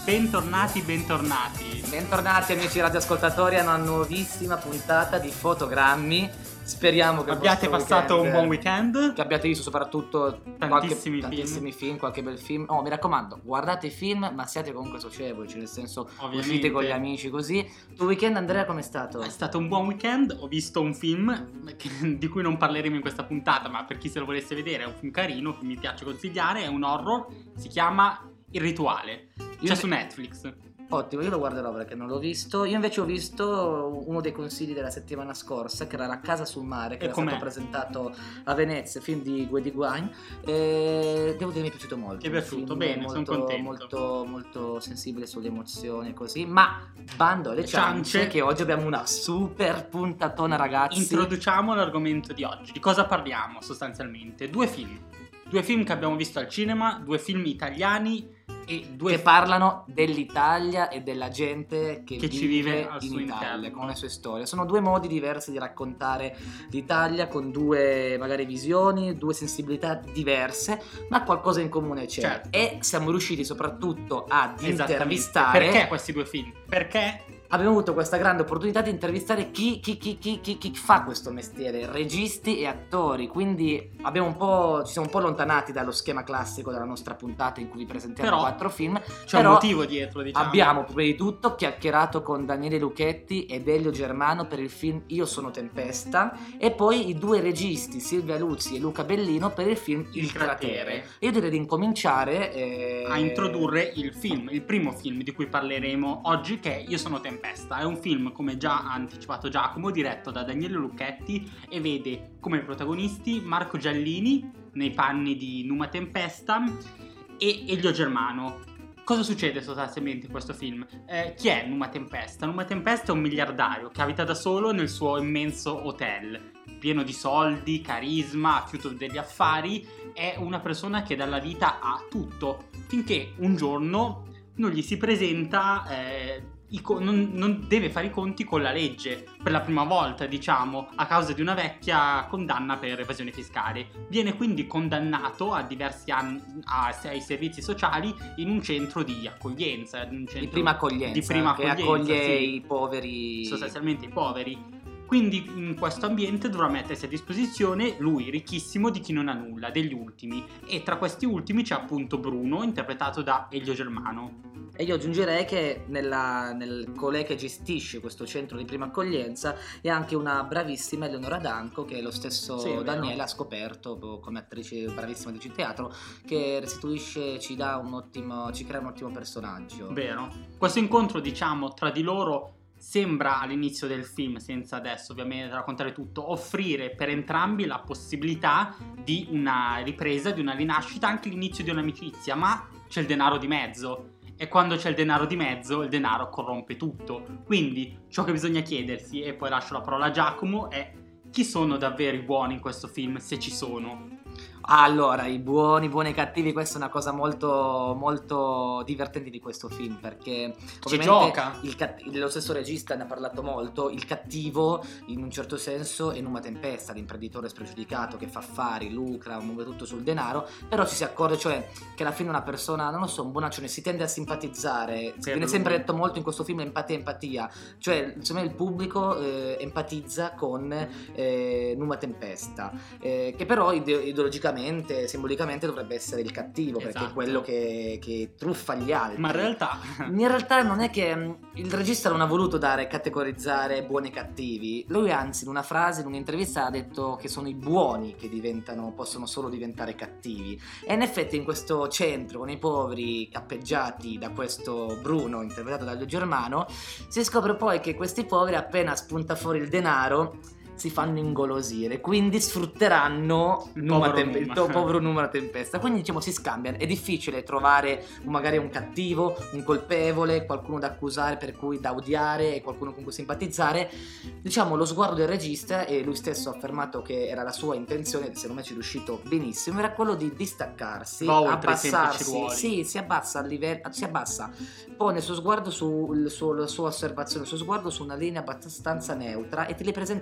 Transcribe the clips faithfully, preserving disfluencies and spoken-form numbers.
Bentornati, bentornati. Bentornati amici radioascoltatori a una nuovissima puntata di Fotogrammi. Speriamo che abbiate passato weekend, un buon weekend, che abbiate visto soprattutto tantissimi, qualche, film. tantissimi film, qualche bel film. Oh, mi raccomando, guardate i film, ma siate comunque socievoli, cioè nel senso Ovviamente. Uscite con gli amici così. Tu weekend, Andrea, com'è stato? È stato un buon weekend, ho visto un film che, di cui non parleremo in questa puntata, ma per chi se lo volesse vedere è un film carino che mi piace consigliare, è un horror, si chiama Il Rituale, c'è Io- su Netflix. Ottimo, io lo guarderò perché non l'ho visto. Io invece ho visto uno dei consigli della settimana scorsa, che era La casa sul mare, che E era com'è? stato presentato a Venezia, film di Guedi Guain. E devo dire mi è piaciuto molto. Ti è piaciuto? Un film Bene, sono molto, contento. Molto, molto sensibile sulle emozioni e così. Ma bando alle ciance, Ciance. che oggi abbiamo una super puntatona, ragazzi. Introduciamo l'argomento di oggi. Di cosa parliamo sostanzialmente? Due film. Due film che abbiamo visto al cinema, due film italiani e due che parlano dell'Italia e della gente che, Che ci vive al in suo Italia, interno. con le sue storie. Sono due modi diversi di raccontare l'Italia, con due magari visioni, due sensibilità diverse, ma qualcosa in comune c'è. Certo. E siamo riusciti soprattutto ad Esattamente. intervistare. Perché questi due film? Perché Abbiamo avuto questa grande opportunità di intervistare chi, chi, chi, chi, chi, chi fa questo mestiere, registi e attori, quindi abbiamo un po', ci siamo un po' allontanati dallo schema classico della nostra puntata in cui vi presentiamo Però quattro film. c'è Però un motivo dietro, diciamo. abbiamo prima di tutto chiacchierato con Daniele Lucchetti ed Elio Germano per il film Io sono Tempesta, e poi i due registi Silvia Luzzi e Luca Bellino per il film Il, Il cratere. cratere. E io direi di incominciare eh, a introdurre il film, il primo film di cui parleremo oggi, che è Io sono Tempesta. È un film, come già ha anticipato Giacomo, diretto da Daniele Lucchetti e vede come protagonisti Marco Giallini nei panni di Numa Tempesta e Elio Germano. Cosa succede sostanzialmente in questo film? Eh, chi è Numa Tempesta? Numa Tempesta è un miliardario che abita da solo nel suo immenso hotel, pieno di soldi, carisma, fiuto degli affari. È una persona che dalla vita ha tutto, finché un giorno non gli si presenta... Eh, I co- non, non deve fare i conti con la legge per la prima volta, diciamo, a causa di una vecchia condanna per evasione fiscale. Viene quindi condannato a diversi anni a- ai servizi sociali in un centro di accoglienza, in un centro di prima accoglienza, di prima che accoglienza, accoglie sì. i poveri, sostanzialmente i poveri. Quindi in questo ambiente dovrà mettersi a disposizione lui, ricchissimo, di chi non ha nulla, degli ultimi. E tra questi ultimi c'è appunto Bruno, interpretato da Elio Germano. E io aggiungerei che nella, nel colei che gestisce questo centro di prima accoglienza è anche una bravissima Eleonora Danco, che lo stesso Sì, è vero. Daniele ha scoperto come attrice bravissima di teatro, che restituisce, ci dà un ottimo, ci crea un ottimo personaggio. Vero. Questo incontro, diciamo, tra di loro sembra all'inizio del film, senza adesso ovviamente raccontare tutto, offrire per entrambi la possibilità di una ripresa, di una rinascita, anche l'inizio di un'amicizia, ma c'è il denaro di mezzo. E quando c'è il denaro di mezzo, il denaro corrompe tutto. Quindi ciò che bisogna chiedersi, e poi lascio la parola a Giacomo, è chi sono davvero i buoni in questo film, se ci sono. Allora, i buoni, i buoni e i cattivi, questa è una cosa molto, molto divertente di questo film, perché ovviamente gioca. il cat- lo stesso regista ne ha parlato molto. Il cattivo, in un certo senso, è Numa Tempesta, l'imprenditore spregiudicato che fa affari, lucra, muove tutto sul denaro, però ci si accorge, cioè, che alla fine una persona, non lo so, un bonaccione, si tende a simpatizzare. Per Viene lui. sempre detto molto in questo film empatia, empatia, cioè, secondo me il pubblico eh, empatizza con eh, Numa Tempesta, eh, che però ide- ideologicamente, simbolicamente dovrebbe essere il cattivo, perché Esatto. è quello che, che truffa gli altri. Ma in realtà In realtà non è che mh, il regista non ha voluto dare categorizzare buoni e cattivi. Lui anzi in una frase, in un'intervista ha detto che sono i buoni che diventano, possono solo diventare cattivi. E in effetti in questo centro con i poveri cappeggiati da questo Bruno interpretato da Elio Germano, si scopre poi che questi poveri, appena spunta fuori il denaro, si fanno ingolosire, quindi sfrutteranno Il Numa povero Tempe- Numa. il tuo povero Numa Tempesta. Quindi diciamo si scambiano. È difficile trovare magari un cattivo, un colpevole, qualcuno da accusare, per cui da odiare, e qualcuno con cui simpatizzare. Diciamo lo sguardo del regista, e lui stesso ha affermato che era la sua intenzione, e secondo me ci è riuscito benissimo, era quello di distaccarsi, Va oltre i semplici abbassarsi, ruoli. sì, si abbassa al livello, si abbassa, pone il suo sguardo sul suo, la sua osservazione, il suo sguardo su una linea abbastanza neutra, e te li presenta così questi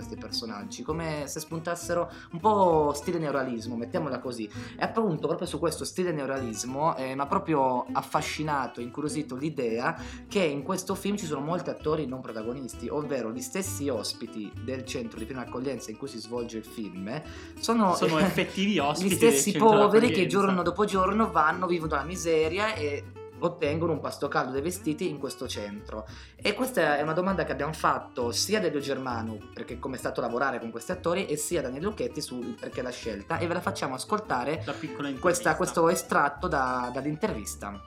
questi personaggi, come se spuntassero un po' stile neorealismo, mettiamola così. E appunto proprio su questo stile neorealismo eh, mi ha proprio affascinato, incuriosito l'idea che in questo film ci sono molti attori non protagonisti, ovvero gli stessi ospiti del centro di prima accoglienza in cui si svolge il film sono, sono eh, effettivi ospiti gli stessi del centro poveri che d'accoglienza. giorno dopo giorno vanno, vivono la miseria e ottengono un pasto caldo dei vestiti in questo centro. E questa è una domanda che abbiamo fatto sia a Delio Germano, perché come è stato lavorare con questi attori, e sia a Daniele Lucchetti sul perché la scelta, e ve la facciamo ascoltare La piccola questa, intervista. questo estratto da, dall'intervista.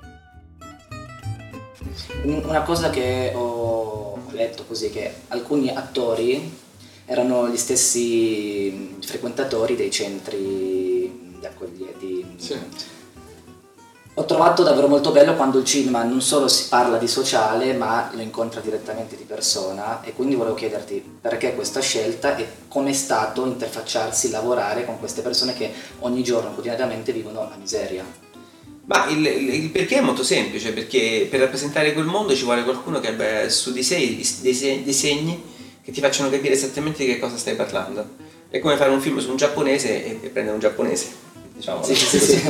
Una cosa che ho letto così è che alcuni attori erano gli stessi frequentatori dei centri di accoglienza. Sì. Ho trovato davvero molto bello quando il cinema non solo si parla di sociale ma lo incontra direttamente di persona, e quindi volevo chiederti perché questa scelta e com'è stato interfacciarsi, lavorare con queste persone che ogni giorno quotidianamente vivono la miseria. Ma il, il, il perché è molto semplice, perché per rappresentare quel mondo ci vuole qualcuno che abbia su di sé dei, dei, dei segni che ti facciano capire esattamente di che cosa stai parlando. È come fare un film su un giapponese e, e prendere un giapponese, diciamo. Sì, sì, sì.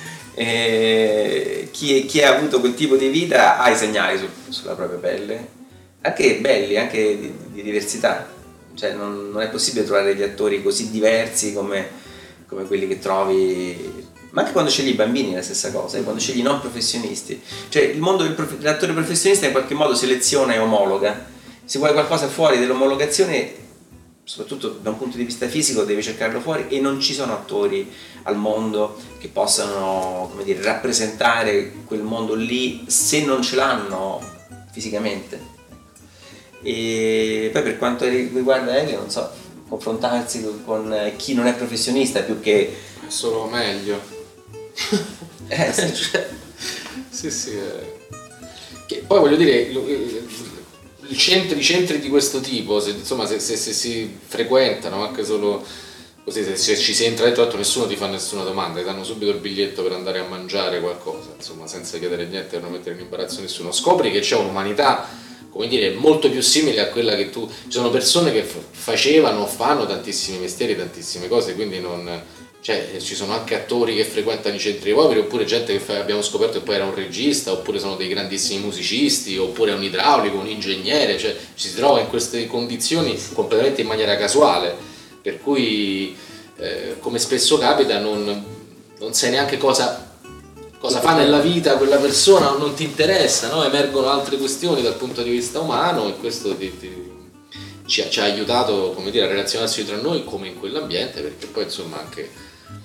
E chi, chi ha avuto quel tipo di vita ha i segnali su, sulla propria pelle, anche belli, anche di, di diversità. Cioè non, non è possibile trovare degli attori così diversi come, come quelli che trovi. Ma anche quando scegli i bambini è la stessa cosa, e quando scegli i non professionisti. Cioè il mondo del prof- dell'attore professionista in qualche modo seleziona e omologa. Se vuoi qualcosa fuori dell'omologazione, soprattutto da un punto di vista fisico, devi cercarlo fuori, e non ci sono attori al mondo che possano, come dire, rappresentare quel mondo lì se non ce l'hanno fisicamente. E poi per quanto riguarda Elio, non so, confrontarsi con chi non è professionista più che... È solo meglio. Eh, sì. Cioè, sì, sì. eh. Che poi voglio dire, i centri, i centri di questo tipo, se, insomma, se, se, se si frequentano anche solo così, se, se ci si entra dentro, detto, nessuno ti fa nessuna domanda, ti danno subito il biglietto per andare a mangiare qualcosa, insomma, senza chiedere niente, per non mettere in imbarazzo nessuno. Scopri che c'è un'umanità, come dire, molto più simile a quella che tu... Ci sono persone che f- facevano, fanno tantissimi mestieri, tantissime cose, quindi non... Cioè, ci sono anche attori che frequentano i centri poveri, oppure gente che fa, abbiamo scoperto che poi era un regista, oppure sono dei grandissimi musicisti, oppure un idraulico, un ingegnere, cioè ci si trova in queste condizioni completamente in maniera casuale, per cui eh, come spesso capita non, non sai neanche cosa, cosa fa nella vita quella persona, non ti interessa, no? Emergono altre questioni dal punto di vista umano, e questo ti, ti, ci, ha, ci ha aiutato, come dire, a relazionarsi tra noi come in quell'ambiente, perché poi insomma anche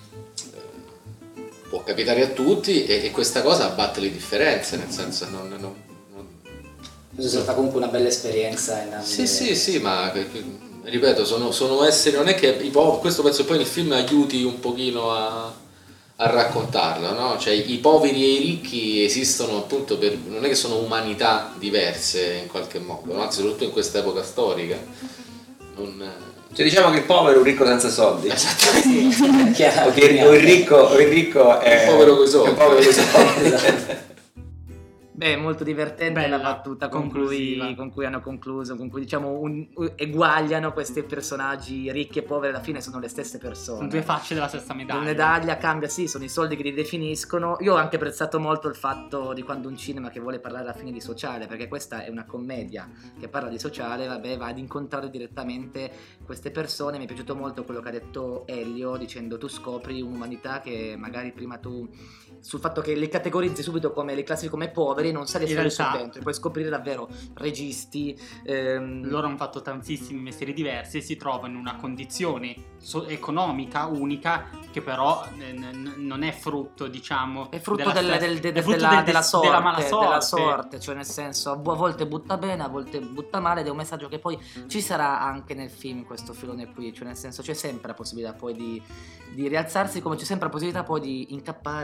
può capitare a tutti, e, e questa cosa abbatte le differenze, nel senso non, non, non... È stata comunque una bella esperienza in sì sì sì ma ripeto, sono, sono esseri, non è che i poveri, questo penso poi nel film aiuti un pochino a, a raccontarlo, no? Cioè i poveri e i ricchi esistono appunto per, non è che sono umanità diverse in qualche modo, no? Anzi, soprattutto in questa epoca storica non... Cioè diciamo che il povero è un ricco senza soldi. Esattamente. o, che, o il ricco, o il ricco è un povero coi soldi. È un povero coi soldi. Beh, molto divertente Bella, la battuta con cui, conclusiva. con cui hanno concluso, con cui diciamo un, eguagliano questi personaggi ricchi e poveri, alla fine sono le stesse persone. Sono due facce della stessa La medaglia. medaglia cambia, sì, sono i soldi che li definiscono. Io ho anche apprezzato molto il fatto di quando un cinema che vuole parlare alla fine di sociale, perché questa è una commedia che parla di sociale, vabbè, va ad incontrare direttamente queste persone. Mi è piaciuto molto quello che ha detto Elio, dicendo tu scopri un'umanità che magari prima tu, sul fatto che li categorizzi subito come, li classifichi come poveri, non sai In essere realtà- su dentro, e puoi scoprire davvero registi, ehm, Loro hanno fatto tantissimi mestieri diversi e si trovano in una condizione so- economica unica, che però eh, n- non è frutto, diciamo, è frutto, della del, stessa- del- del- è frutto della, del della des- sorte, della mala sorte. della sorte, cioè nel senso a vo- a volte butta bene, a volte butta male, ed è un messaggio che poi ci sarà anche nel film, questo filone qui, cioè nel senso c'è sempre la possibilità poi di, di rialzarsi, come c'è sempre la possibilità poi di incappare, di cadere,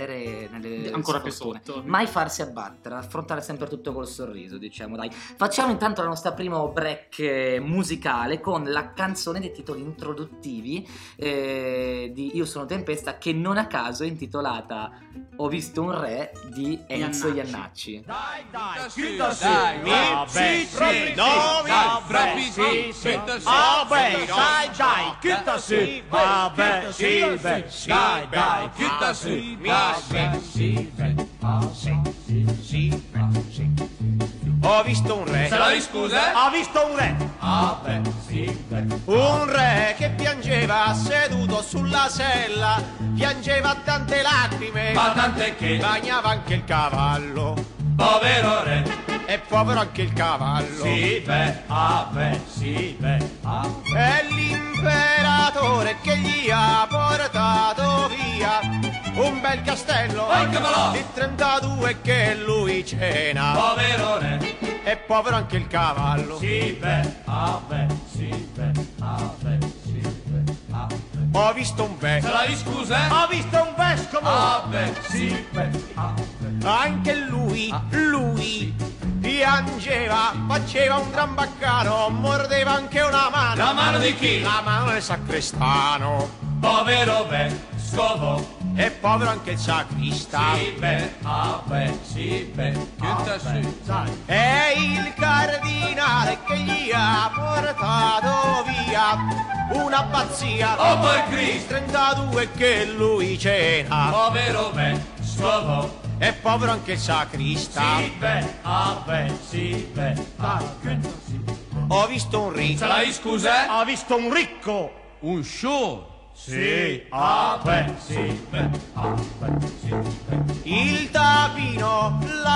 cadere nelle ancora più sfortune. sotto. Mai farsi abbattere, affrontare sempre tutto col sorriso, diciamo, dai. Facciamo intanto la nostra primo break eh, musicale con la canzone dei titoli introduttivi eh, di Io sono Tempesta, che non a caso è intitolata Ho visto un re di Enzo Iannacci. Dai, dai, chiuda su, mi, sì, sì, no, mi, sì, sì, vabbè, dai, dai, chiuda su, vabbè, sì, beh, dai, dai, chiuda su, mi, sì, sì, sì, sì. Ho visto un re. Se la scusa? Ho visto un re. Ah, beh, sì, beh. Un re che piangeva seduto sulla sella, piangeva tante lacrime, Ma tant'è che bagnava anche il cavallo, povero re. e povero anche il cavallo. Sì, beh, ah, beh, sì, beh, ah. È l'imperatore che gli ha portato via un bel castello Oh, cavallo! di trentadue che lui cena, Povero re. e povero anche il cavallo. Sì, beh, ah, beh, sì, beh, ah, beh, sì, beh, ah, beh. Ho visto un Se vescovo, la scusa? ho visto un vescovo, Ah, beh, sì, beh, ah, beh. anche lui, lui piangeva, faceva un gran baccano, mordeva anche una mano. La mano di chi? La mano del sacrestano, Povero vescovo. e povero anche il sacrista. Sì, beh, ah, beh, sì, beh, ah, beh. È il cardinale che gli ha portato via una pazzia, Oh, per Cristo. trentadue che lui cena, Povero vescovo. e povero anche il sacrista. Sì, beh, ah, beh, sì, beh, ah, beh. Ho visto un Se ricco, la scusa? ho visto un ricco, Un show. Sì, ah, beh, sì, beh, ah, beh, sì, beh. il tapino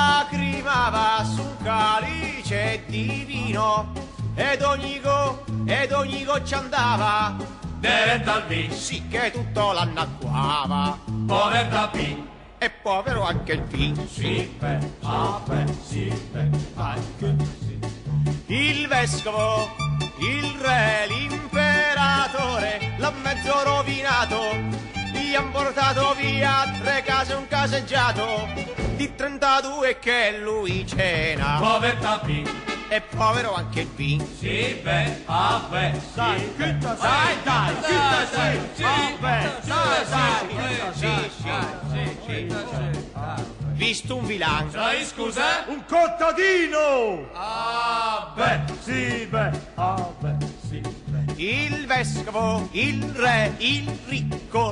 lacrimava su un calice di vino, ed ogni go, ed ogni goccia andava, Diretta al vino. sì che tutto l'annacquava, Povertà P. e povero anche il vino. Sì, beh, ah, beh, sì, beh, ah, sì. Il vescovo, il re, l'imperatore, l'ha mezzo rovinato, gli han portato via tre case e un caseggiato, di trentadue che lui cena, Povertà P. e povero anche il vino. Sì, beh, ah, beh, sì, Dai, beh. dai, dai, dai, dai, dai, sì, vabbè, sì, dai, sì, dai, sì, sì, sì, sì, sì. Visto un vilano, Se la scusa? un contadino, Ah, beh, sì, beh, ah, beh, sì, beh. il vescovo, il re, il ricco,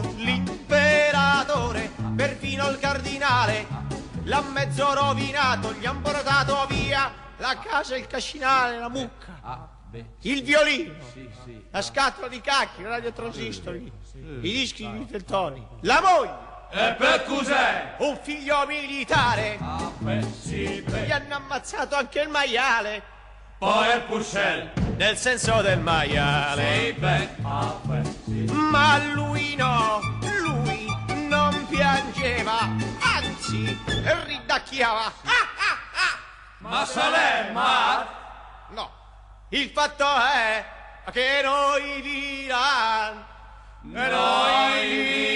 l'imperatore, perfino il cardinale, l'ha mezzo rovinato, gli han portato via la casa, il cascinale, la mucca, Ah, beh, il violino, sì, sì. la scatola di cacchi, i radiotransistori, i dischi di Viteltoni, la moglie, E per cos'è? un figlio militare, Ah, beh, sì, gli beh. hanno ammazzato anche il maiale, Poi il Purcell. nel senso del maiale. Sì, beh, ah, beh, sì. Ma lui no, lui non piangeva, anzi ridacchiava. Ah, ah, ah. Ma Salemma? No, il fatto è che noi Milan, noi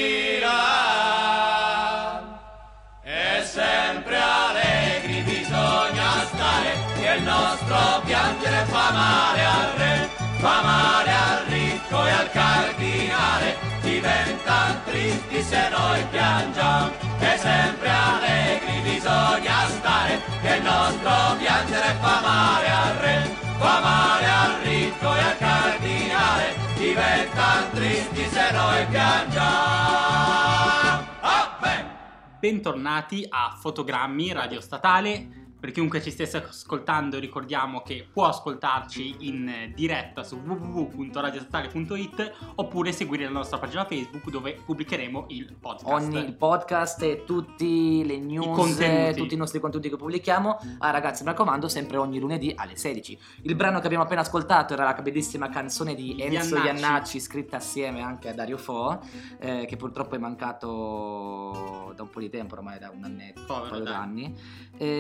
Milan, E sempre allegri bisogna stare, che il nostro piangere fa male al re, fa male al ricco e al cardinale, diventan tristi se noi piangiamo. E sempre allegri bisogna stare, che il nostro piangere fa male al re, fa male al ricco e al cardinale, diventan tristi se noi piangiamo. Ah, beh. Bentornati a Fotogrammi Radio Statale. Per chiunque ci stesse ascoltando, ricordiamo che può ascoltarci in diretta su w w w punto radiostatale punto i t oppure seguire la nostra pagina Facebook, dove pubblicheremo il podcast. Ogni il podcast e tutte le news, contenuti. tutti i nostri contenuti che pubblichiamo. Ah, ragazzi, mi raccomando, sempre ogni lunedì alle sedici. Il brano che abbiamo appena ascoltato era la bellissima canzone di Enzo Iannacci. Iannacci, scritta assieme anche a Dario Fo, eh, che purtroppo è mancato da un po' di tempo, ormai da un annetto, un Povero paio Dario. d'anni. Eh,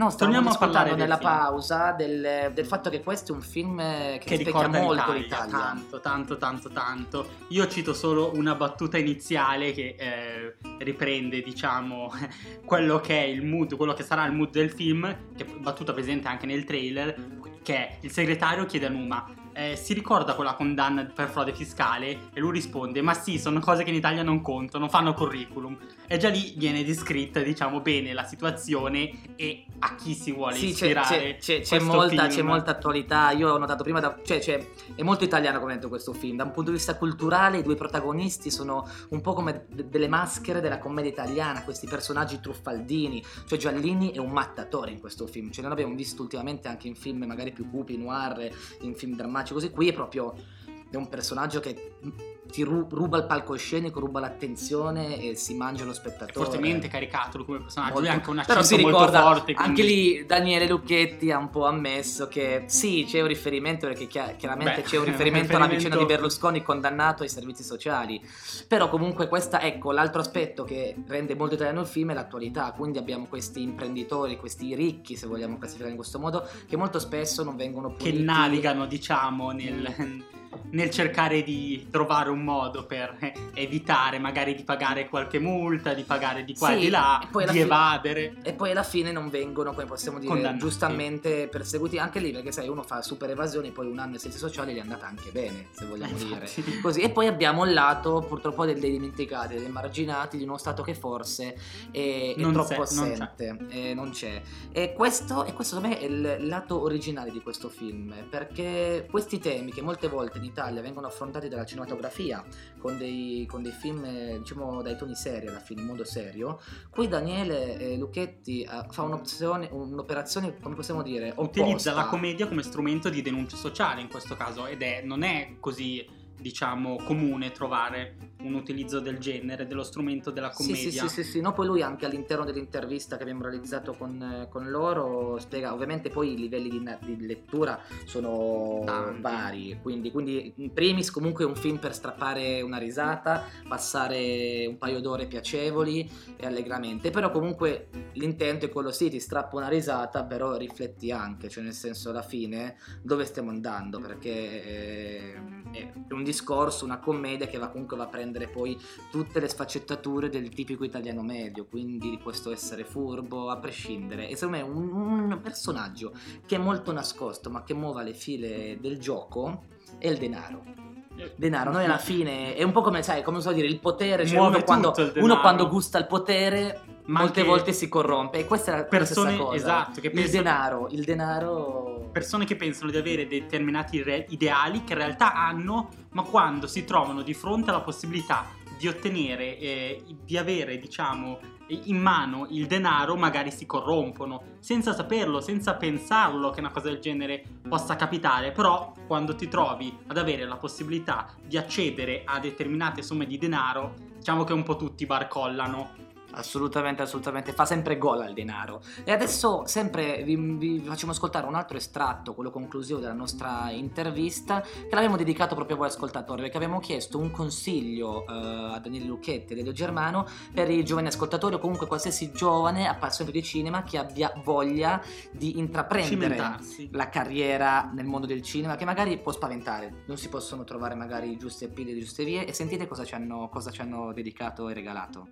no, stavamo Torniamo a discutendo parlare del nella film. pausa del, del fatto che questo è un film che, che rispecchia ricorda molto l'Italia, l'Italia. tanto, tanto, tanto, tanto. Io cito solo una battuta iniziale che eh, riprende, diciamo, quello che è il mood, quello che sarà il mood del film, che è battuta presente anche nel trailer, che è: il segretario chiede a Numa Eh, si ricorda quella condanna per frode fiscale? E lui risponde: ma sì, sono cose che in Italia non contano, fanno curriculum. E già lì viene descritta, diciamo, bene la situazione e a chi si vuole Sì, c'è, ispirare. c'è, c'è, c'è, questo molta, film. c'è molta attualità. Io ho notato prima, da, cioè, cioè è molto italiano come detto questo film. Da un punto di vista culturale, i due protagonisti sono un po' come de- delle maschere della commedia italiana, questi personaggi truffaldini. Cioè Giallini è un mattatore in questo film. Cioè, noi l'abbiamo visto ultimamente anche in film magari più cupi, noir, in film drammatici, così. Qui è proprio è un personaggio che ti ru- ruba il palcoscenico, ruba l'attenzione e si mangia lo spettatore. Fortemente caricato come personaggio. Molto. Lui ha anche un Però accento si molto ricorda, forte. anche quindi- lì Daniele Lucchetti ha un po' ammesso che sì, c'è un riferimento, perché chia- chiaramente Beh, c'è un riferimento, un alla vicenda di riferimento- Berlusconi condannato ai servizi sociali. Però comunque questa, ecco, l'altro aspetto che rende molto italiano il film è l'attualità. Quindi abbiamo questi imprenditori, questi ricchi, se vogliamo classificare in questo modo, che molto spesso non vengono che puniti. navigano, diciamo, nel, nel cercare di trovare un modo per eh, evitare magari di pagare qualche multa, di pagare di qua Sì, e di là, e poi alla di fine- evadere. E poi alla fine non vengono, come possiamo dire, Condannati. giustamente perseguiti anche lì, perché sai, uno fa super evasioni, poi un anno ai servizi sociali gli è andata anche bene, se vogliamo Eh, dire. infatti. Così. E poi abbiamo il lato purtroppo dei dei dimenticati, dei emarginati, di uno Stato che forse è, è Non troppo c'è, non assente, e non c'è. E questo, e questo secondo me è il lato originale di questo film, perché questi temi che molte volte in Italia vengono affrontati dalla cinematografia con dei, con dei film, eh, diciamo, dai toni seri alla fine, in modo serio, qui Daniele eh, Lucchetti eh, fa un'opzione, un'operazione, come possiamo dire, opposta. Utilizza la commedia come strumento di denuncia sociale in questo caso, ed è non è così, diciamo, comune trovare un utilizzo del genere, dello strumento della Sì, commedia. sì, sì, sì, sì. No, poi lui anche all'interno dell'intervista che abbiamo realizzato con, eh, con loro spiega, ovviamente poi i livelli di, na- di lettura sono Tanti. vari, quindi, quindi in primis comunque è un film per strappare una risata, passare un paio d'ore piacevoli e allegramente, però comunque l'intento è quello, sì, ti strappo una risata, però rifletti anche, cioè nel senso alla fine dove stiamo andando, perché eh, è un discorso, una commedia che va comunque va a prendere poi tutte le sfaccettature del tipico italiano medio, quindi di questo essere furbo a prescindere. E secondo me un, un personaggio che è molto nascosto ma che muove le file del gioco è il denaro. Denaro, noi alla fine è un po' come, sai, come so dire, il potere, cioè Muove uno quando, tutto il uno denaro. quando gusta il potere Ma molte anche volte si corrompe, e questa è la persone- stessa cosa. esatto, che il pensano- denaro, il denaro persone che pensano di avere determinati re- ideali che in realtà hanno, ma quando si trovano di fronte alla possibilità di ottenere, eh, di avere, diciamo, in mano il denaro, magari si corrompono, senza saperlo, senza pensarlo che una cosa del genere possa capitare. Però quando ti trovi ad avere la possibilità di accedere a determinate somme di denaro, diciamo che un po' tutti barcollano. Assolutamente, assolutamente, fa sempre gol al denaro. E adesso sempre vi, vi facciamo ascoltare un altro estratto, quello conclusivo della nostra intervista, che l'abbiamo dedicato proprio a voi ascoltatori, perché abbiamo chiesto un consiglio eh, a Daniele Lucchetti e Lelio Germano per i giovani ascoltatori, o comunque qualsiasi giovane appassionato di cinema che abbia voglia di intraprendere Cimentarsi. la carriera nel mondo del cinema, che magari può spaventare, non si possono trovare magari i giusti appiedi e le giuste vie. E sentite cosa ci hanno, cosa ci hanno dedicato e regalato.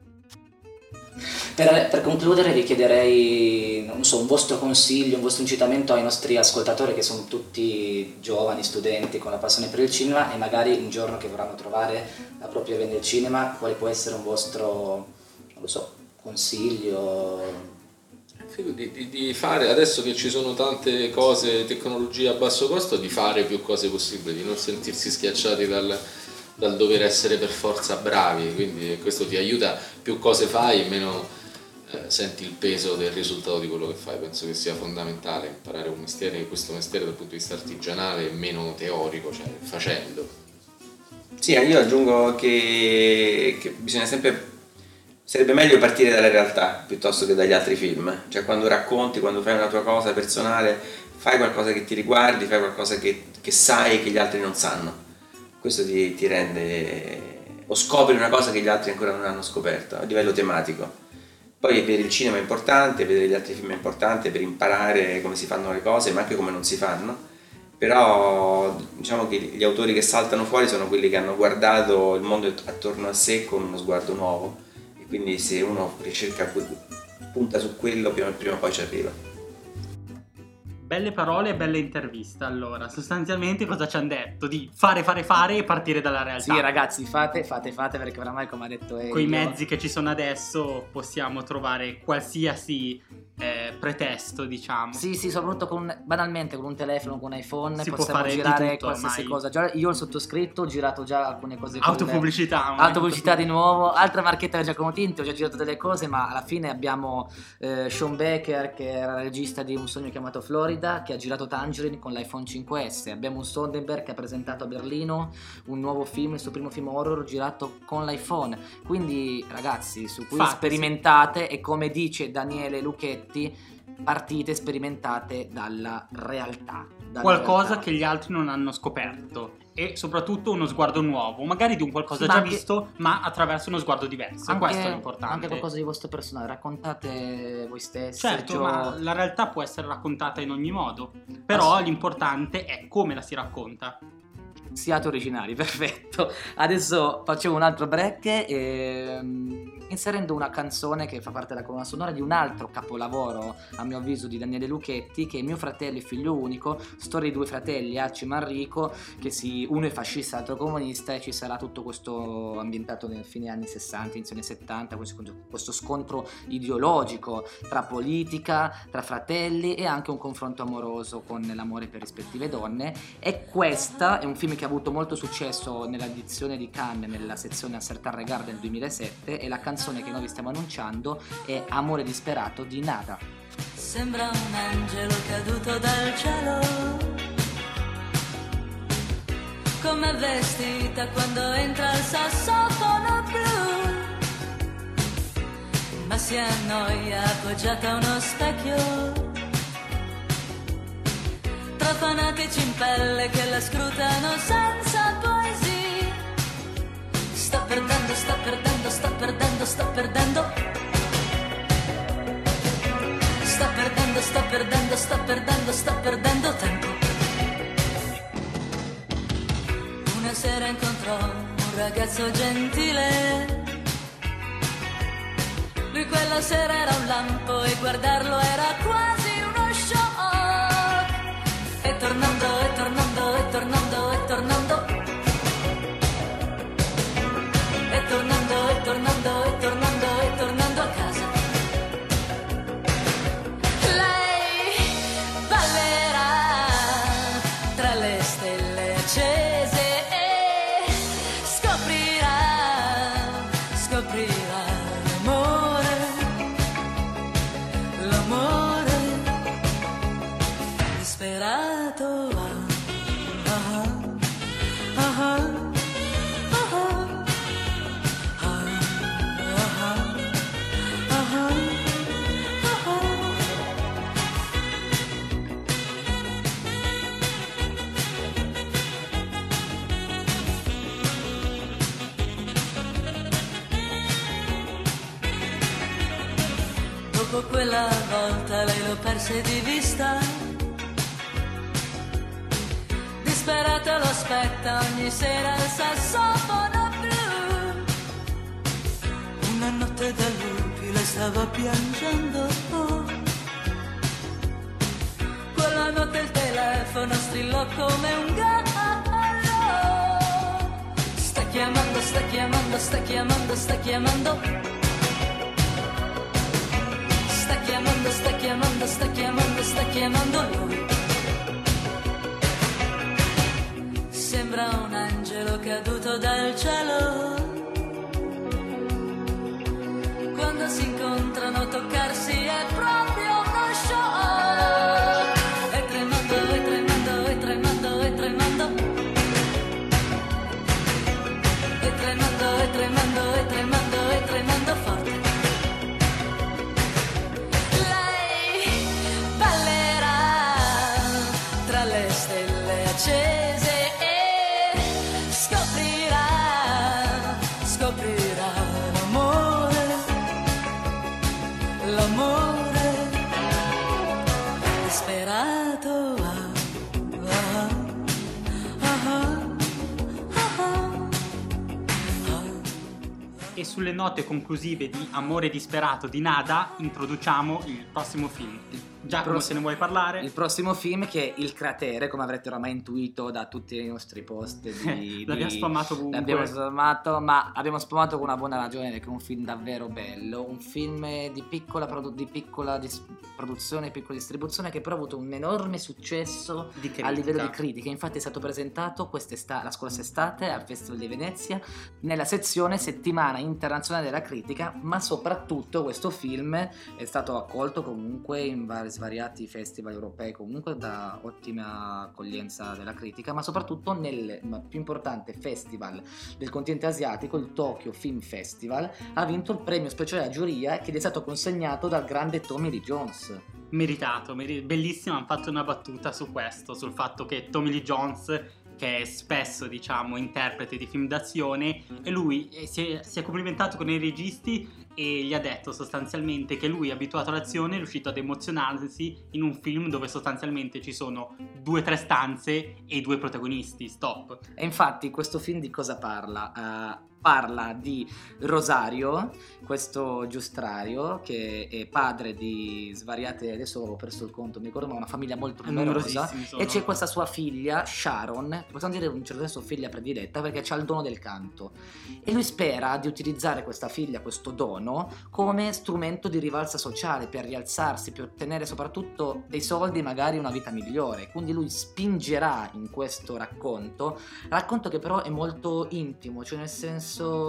Per, per concludere vi chiederei, non so, un vostro consiglio, un vostro incitamento ai nostri ascoltatori, che sono tutti giovani, studenti con la passione per il cinema, e magari un giorno che vorranno trovare la propria via nel cinema, quale può essere un vostro, non lo so, consiglio? Di, di, di fare, adesso che ci sono tante cose, tecnologie a basso costo, di fare più cose possibili, di non sentirsi schiacciati dal, dal dover essere per forza bravi. Quindi questo ti aiuta, più cose fai, meno eh, senti il peso del risultato di quello che fai. Penso che sia fondamentale imparare un mestiere, questo mestiere dal punto di vista artigianale e meno teorico, cioè facendo. Sì, io aggiungo che, che bisogna sempre, sarebbe meglio partire dalla realtà piuttosto che dagli altri film. Cioè quando racconti, quando fai una tua cosa personale, fai qualcosa che ti riguardi, fai qualcosa che, che sai che gli altri non sanno. Questo ti, ti rende, o scopri una cosa che gli altri ancora non hanno scoperto a livello tematico. Poi vedere il cinema è importante, vedere gli altri film è importante per imparare come si fanno le cose, ma anche come non si fanno. Però diciamo che gli autori che saltano fuori sono quelli che hanno guardato il mondo attorno a sé con uno sguardo nuovo, e quindi se uno ricerca, punta su quello, prima, prima o poi ci arriva. Belle parole e belle interviste. Allora, sostanzialmente cosa ci hanno detto? Di fare, fare, fare e partire dalla realtà. Sì, ragazzi, fate, fate, fate, perché oramai, come ha detto Elio, con i mezzi che ci sono adesso possiamo trovare qualsiasi eh, pretesto, diciamo. Sì, sì, soprattutto con, banalmente con un telefono, con un iPhone, si possiamo può fare girare tutto, qualsiasi ormai. cosa. Già, io ho il sottoscritto, ho girato già alcune cose con Autopubblicità. Autopubblicità di nuovo, altra marchetta che Giacomo Tinti, ho già girato delle cose, ma alla fine abbiamo eh, Sean Baker, che era regista di Un sogno chiamato Florida, che ha girato Tangerine con l'iPhone cinque S. Abbiamo un Soderbergh che ha presentato a Berlino un nuovo film, il suo primo film horror girato con l'iPhone. Quindi ragazzi, su cui Fatti, sperimentate, sì. E come dice Daniele Lucchetti, partite, sperimentate dalla realtà, dalla qualcosa realtà. Che gli altri non hanno scoperto, e soprattutto uno sguardo nuovo, magari di un qualcosa Sì, già ma anche- visto, ma attraverso uno sguardo diverso. Anche- Questo è l'importante. Anche qualcosa di vostro personale, raccontate voi stessi. Certo, Sergio- ma la realtà può essere raccontata in ogni modo, però Ass- l'importante è come la si racconta. Siate originali, perfetto. Adesso facciamo un altro break, ehm, inserendo una canzone che fa parte della colonna sonora di un altro capolavoro, a mio avviso, di Daniele Lucchetti, che è Mio fratello e figlio unico, storia di due fratelli, Arci e Manrico, che si uno è fascista e l'altro comunista, e ci sarà tutto questo ambientato nei fine anni sessanta, inizio anni settanta, questo, questo scontro ideologico tra politica, tra fratelli, e anche un confronto amoroso con l'amore per rispettive donne. E questa è un film che ha avuto molto successo nella edizione di Cannes, nella sezione A Certain Regard del duemilasette, e la canzone che noi vi stiamo annunciando è Amore disperato di Nada. Sembra un angelo caduto dal cielo, come vestita quando entra il sassofono blu, ma si annoia appoggiata a uno specchio, tra fanatici in pelle che la scrutano senza poesia. Sto perdendo, sto perdendo, sto perdendo, sto perdendo. Sto perdendo, sto perdendo, sto perdendo, sto perdendo tempo. Una sera incontrò un ragazzo gentile. Lui quella sera era un lampo e guardarlo era quasi uno shock. E tornando, e tornando, e tornando, e tornando. E tornando, e tornando, e tornando, e tornando a casa. Lei ballerà tra le stelle accese e scoprirà, scoprirà l'amore, l'amore disperato. Ah, ah, ah, ah. Dopo quella volta lei lo perse di vista, disperata lo aspetta ogni sera il sassofono blu. Una notte da lupi lei stava piangendo, quella notte il telefono strillò come un gallo. Sta chiamando, sta chiamando, sta chiamando, sta chiamando. Sta chiamando, sta chiamando, sta chiamando, sta chiamando lui. Sembra un angelo caduto dal cielo. Quando si incontrano toccarsi è proprio uno show. E tremando, e tremando, e tremando, e tremando. E tremando, e tremando, e tremando, e tremando forte. Accese e scoprirà, scoprirà l'amore, disperato. Ah, ah, ah, ah, ah, ah. E sulle note conclusive di Amore disperato di Nada introduciamo il prossimo film. Giacomo, prossimo- se ne vuoi parlare? Il prossimo film, che è Il cratere, come avrete oramai intuito da tutti i nostri post di, L'abbiamo di- spammato ovunque. l'abbiamo spammato, ma abbiamo spammato con una buona ragione, perché è un film davvero bello, un film di piccola, produ- di piccola dis- produzione, piccola distribuzione, che però ha avuto un enorme successo Di a critica. livello di critica. Infatti è stato presentato quest'estate, la scorsa estate al Festival di Venezia, nella sezione Settimana Internazionale della Critica, ma soprattutto questo film è stato accolto comunque in vari svariati festival europei, comunque da ottima accoglienza della critica, ma soprattutto nel più importante festival del continente asiatico, il Tokyo Film Festival, ha vinto il premio speciale a giuria, che gli è stato consegnato dal grande Tommy Lee Jones. Meritato, meri- bellissimo, hanno fatto una battuta su questo, sul fatto che Tommy Lee Jones, che è spesso, diciamo, interprete di film d'azione, e lui eh, si è, si è complimentato con i registi e gli ha detto sostanzialmente che lui, abituato all'azione, è riuscito ad emozionarsi in un film dove sostanzialmente ci sono due o tre stanze e due protagonisti, stop. E infatti questo film di cosa parla? Uh, parla di Rosario, questo giustrario che è padre di svariate, adesso ho perso il conto, mi ricordo, ma una famiglia molto numerosa, Numerosissimi sono. e c'è questa sua figlia Sharon, possiamo dire in un certo senso figlia prediletta, perché ha il dono del canto, e lui spera di utilizzare questa figlia, questo dono, come strumento di rivalsa sociale, per rialzarsi, per ottenere soprattutto dei soldi, magari una vita migliore. Quindi lui spingerà in questo racconto, racconto che però è molto intimo, cioè nel senso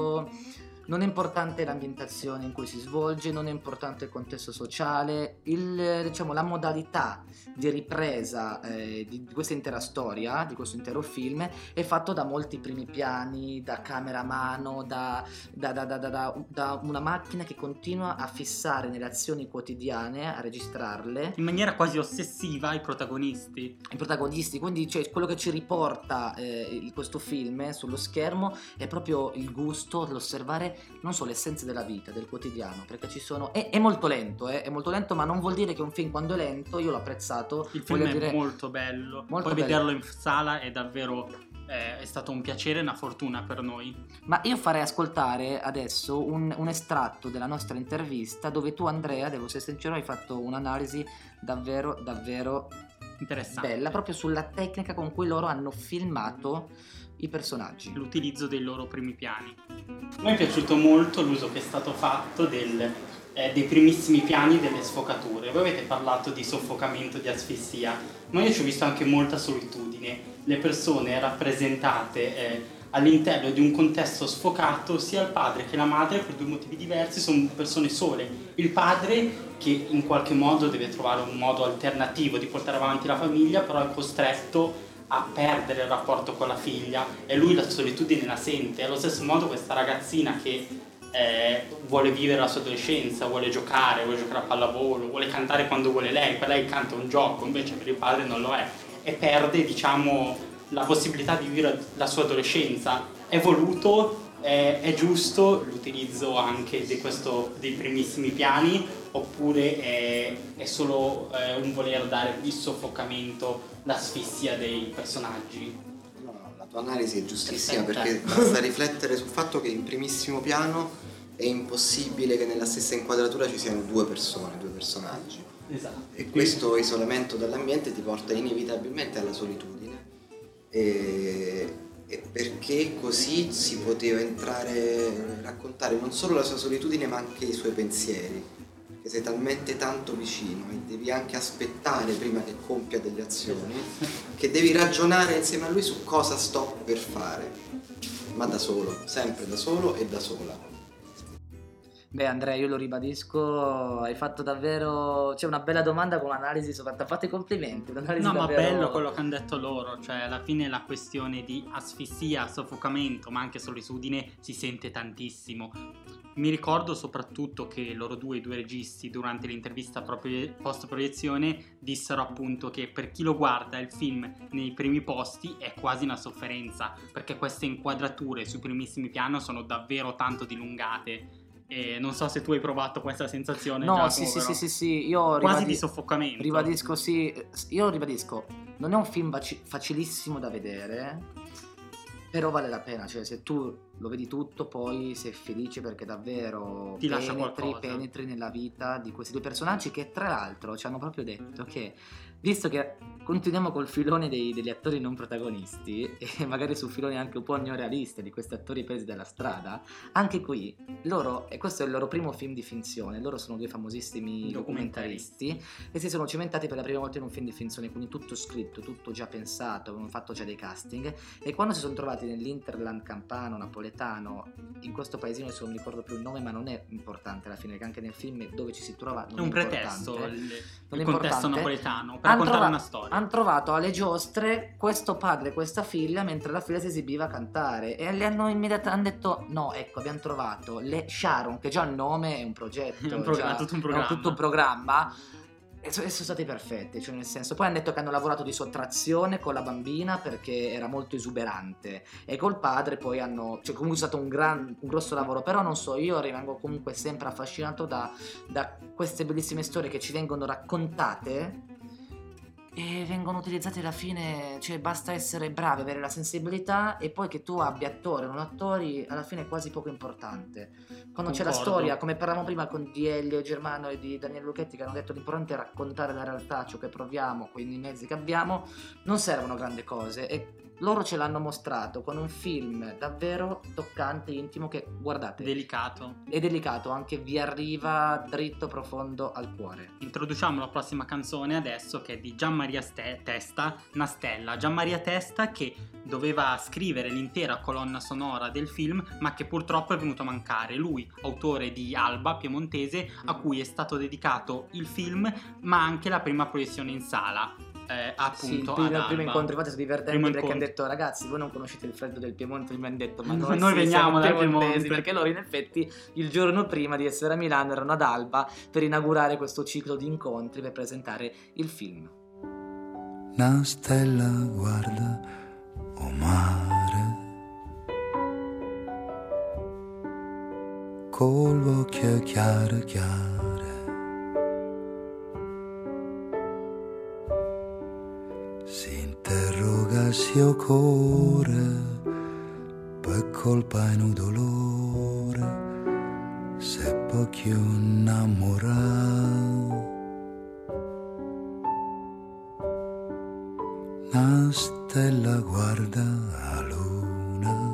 non è importante l'ambientazione in cui si svolge, non è importante il contesto sociale, il, diciamo, la modalità di ripresa eh, di, di questa intera storia, di questo intero film, è fatto da molti primi piani, da camera a mano, da, da, da, da, da, da, da una macchina che continua a fissare nelle azioni quotidiane, a registrarle In maniera quasi ossessiva i protagonisti. i protagonisti. Quindi cioè, quello che ci riporta eh, questo film eh, sullo schermo è proprio il gusto dell'osservare non solo l'essenza della vita, del quotidiano, perché ci sono è, è molto lento, eh, è molto lento, ma non vuol dire che un film, quando è lento, io l'ho apprezzato. Il film voglio è dire, molto bello, molto poi bello. vederlo in sala è davvero eh, è stato un piacere e una fortuna per noi. Ma io farei ascoltare adesso un, un estratto della nostra intervista, dove tu, Andrea, devo essere sincero, hai fatto un'analisi davvero davvero Interessante. bella, proprio sulla tecnica con cui loro hanno filmato i personaggi. L'utilizzo dei loro primi piani. A me è piaciuto molto l'uso che è stato fatto del, eh, dei primissimi piani delle sfocature. Voi avete parlato di soffocamento, di asfissia, ma io ci ho visto anche molta solitudine. Le persone rappresentate eh, all'interno di un contesto sfocato, sia il padre che la madre, per due motivi diversi, sono persone sole. Il padre che in qualche modo deve trovare un modo alternativo di portare avanti la famiglia, però è costretto a perdere il rapporto con la figlia, e lui la solitudine la sente. Allo stesso modo questa ragazzina che eh, vuole vivere la sua adolescenza, vuole giocare, vuole giocare a pallavolo, vuole cantare quando vuole lei, per lei canta un gioco, invece per il padre non lo è, e perde, diciamo, la possibilità di vivere la sua adolescenza. È voluto, è, è giusto l'utilizzo anche di questo, dei primissimi piani, oppure è, è solo eh, un voler dare il soffocamento, l'asfissia dei personaggi? No, no, la tua analisi è giustissima, Perfetta. perché basta riflettere sul fatto che in primissimo piano è impossibile che nella stessa inquadratura ci siano due persone, due personaggi. Esatto. E questo isolamento dall'ambiente ti porta inevitabilmente alla solitudine, e, e perché così si poteva entrare, raccontare non solo la sua solitudine ma anche i suoi pensieri, perché sei talmente tanto vicino e devi anche aspettare prima che compia delle azioni, che devi ragionare insieme a lui su cosa sto per fare, ma da solo, sempre da solo e da sola. Beh, Andrea, io lo ribadisco, hai fatto davvero, c'è una bella domanda con un'analisi, soprattutto fate complimenti, un'analisi No, ma davvero... bello quello che hanno detto loro, cioè alla fine la questione di asfissia, soffocamento, ma anche solitudine si sente tantissimo. Mi ricordo soprattutto che loro due, i due registi, durante l'intervista proprio post proiezione, dissero appunto che per chi lo guarda il film nei primi posti è quasi una sofferenza, perché queste inquadrature sui primissimi piani sono davvero tanto dilungate. E non so se tu hai provato questa sensazione. No, Giacomo, sì, sì, però. sì, sì, sì, io Quasi ribadi- di soffocamento. Ribadisco, sì, io ribadisco, non è un film faci- facilissimo da vedere, però vale la pena, cioè se tu lo vedi tutto poi sei felice perché davvero Ti lascia penetri, qualcosa. penetri nella vita di questi due personaggi che tra l'altro ci hanno proprio detto che, visto che continuiamo col filone dei- degli attori non protagonisti e magari sul filone anche un po' neorealista di questi attori presi dalla strada, anche qui loro, e questo è il loro primo film di finzione, loro sono due famosissimi documentaristi e si sono cimentati per la prima volta in un film di finzione, quindi tutto scritto, tutto già pensato, avevano fatto già dei casting, e quando si sono trovati nell'Interland campano napoletano, in questo paesino adesso non mi ricordo più il nome, ma non è importante alla fine, che anche nel film dove ci si trova non È un importante. pretesto il, Non il è contesto importante. napoletano per Han raccontare trova- una storia. Hanno trovato alle giostre questo padre e questa figlia mentre la figlia si esibiva a cantare e le hanno immediatamente hanno detto no, ecco, abbiamo trovato le Sharon, che già il nome è un progetto, È un programma, già- tutto un è programma. tutto un programma. E so- e sono stati perfetti, cioè nel senso, poi hanno detto che hanno lavorato di sottrazione con la bambina perché era molto esuberante e col padre poi hanno, cioè comunque è stato un, gran, un grosso lavoro, però non so, io rimango comunque sempre affascinato da, da queste bellissime storie che ci vengono raccontate e vengono utilizzate alla fine, cioè basta essere bravi, avere la sensibilità e poi che tu abbia attori o non attori alla fine è quasi poco importante. Quando c'è la Concordo. storia, come parlavamo prima con di Elio Germano e di Daniele Lucchetti che hanno detto l'importante è raccontare la realtà, ciò che proviamo, quindi i mezzi che abbiamo, non servono grandi cose e loro ce l'hanno mostrato con un film davvero toccante, intimo, che guardate, Delicato. è delicato, anche vi arriva dritto, profondo al cuore. Introduciamo la prossima canzone adesso, che è di Gianmaria Ste- Testa, Nastella. Gianmaria Testa che doveva scrivere l'intera colonna sonora del film, ma che purtroppo è venuto a mancare. Lui, autore di Alba, piemontese, a cui è stato dedicato il film, ma anche la prima proiezione in sala. Eh, appunto Sì, il ad primo, il Alba. primo incontro infatti è stato divertente Primo perché hanno incontro. detto ragazzi voi non conoscete il freddo del Piemonte, mi hanno detto ma Noi noi, sì, veniamo siamo dal piemontesi, Piemonte. perché loro in effetti il giorno prima di essere a Milano erano ad Alba per inaugurare questo ciclo di incontri per presentare il film. Una stella guarda o mare col occhio chiaro chiaro si interroga se il cuore per colpa e un dolore se può più innamorare. Una stella guarda la luna